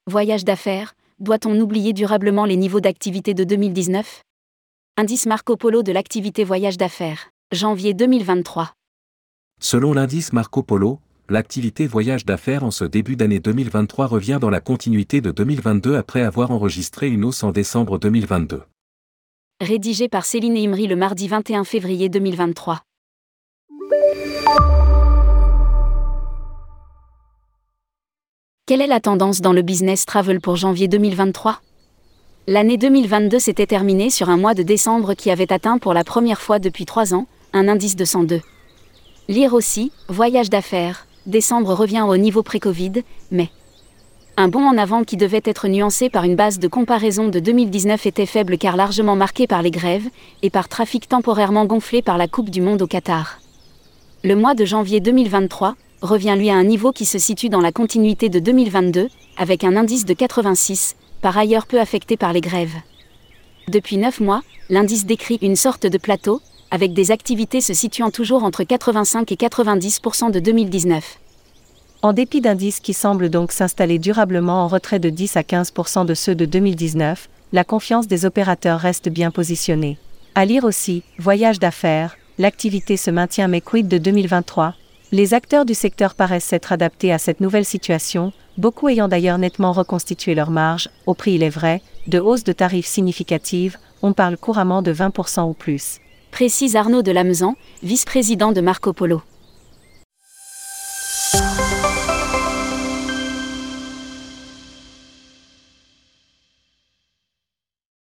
Voyage d'affaires, doit-on oublier durablement les niveaux d'activité de 2019 ? Indice Marco Polo de l'activité voyage d'affaires, janvier 2023. Selon l'indice Marco Polo, l'activité voyage d'affaires en ce début d'année 2023 revient dans la continuité de 2022 après avoir enregistré une hausse en décembre 2022. Rédigé par Céline Imri le mardi 21 février 2023. Quelle est la tendance dans le business travel pour janvier 2023 ? L'année 2022 s'était terminée sur un mois de décembre qui avait atteint pour la première fois depuis 3 ans, un indice de 102. Lire aussi, voyage d'affaires, décembre revient au niveau pré-Covid, mais un bond en avant qui devait être nuancé par une base de comparaison de 2019 était faible car largement marqué par les grèves, et par trafic temporairement gonflé par la Coupe du Monde au Qatar. Le mois de janvier 2023 revient lui à un niveau qui se situe dans la continuité de 2022, avec un indice de 86, par ailleurs peu affecté par les grèves. Depuis 9 mois, l'indice décrit une sorte de plateau, avec des activités se situant toujours entre 85 et 90% de 2019. En dépit d'indices qui semblent donc s'installer durablement en retrait de 10 à 15% de ceux de 2019, la confiance des opérateurs reste bien positionnée. À lire aussi, voyage d'affaires, l'activité se maintient mais quid de 2023 ? Les acteurs du secteur paraissent s'être adaptés à cette nouvelle situation, beaucoup ayant d'ailleurs nettement reconstitué leurs marges, au prix il est vrai, de hausse de tarifs significatives, on parle couramment de 20% ou plus. Précise Arnaud de Lamezan, vice-président de Marco Polo.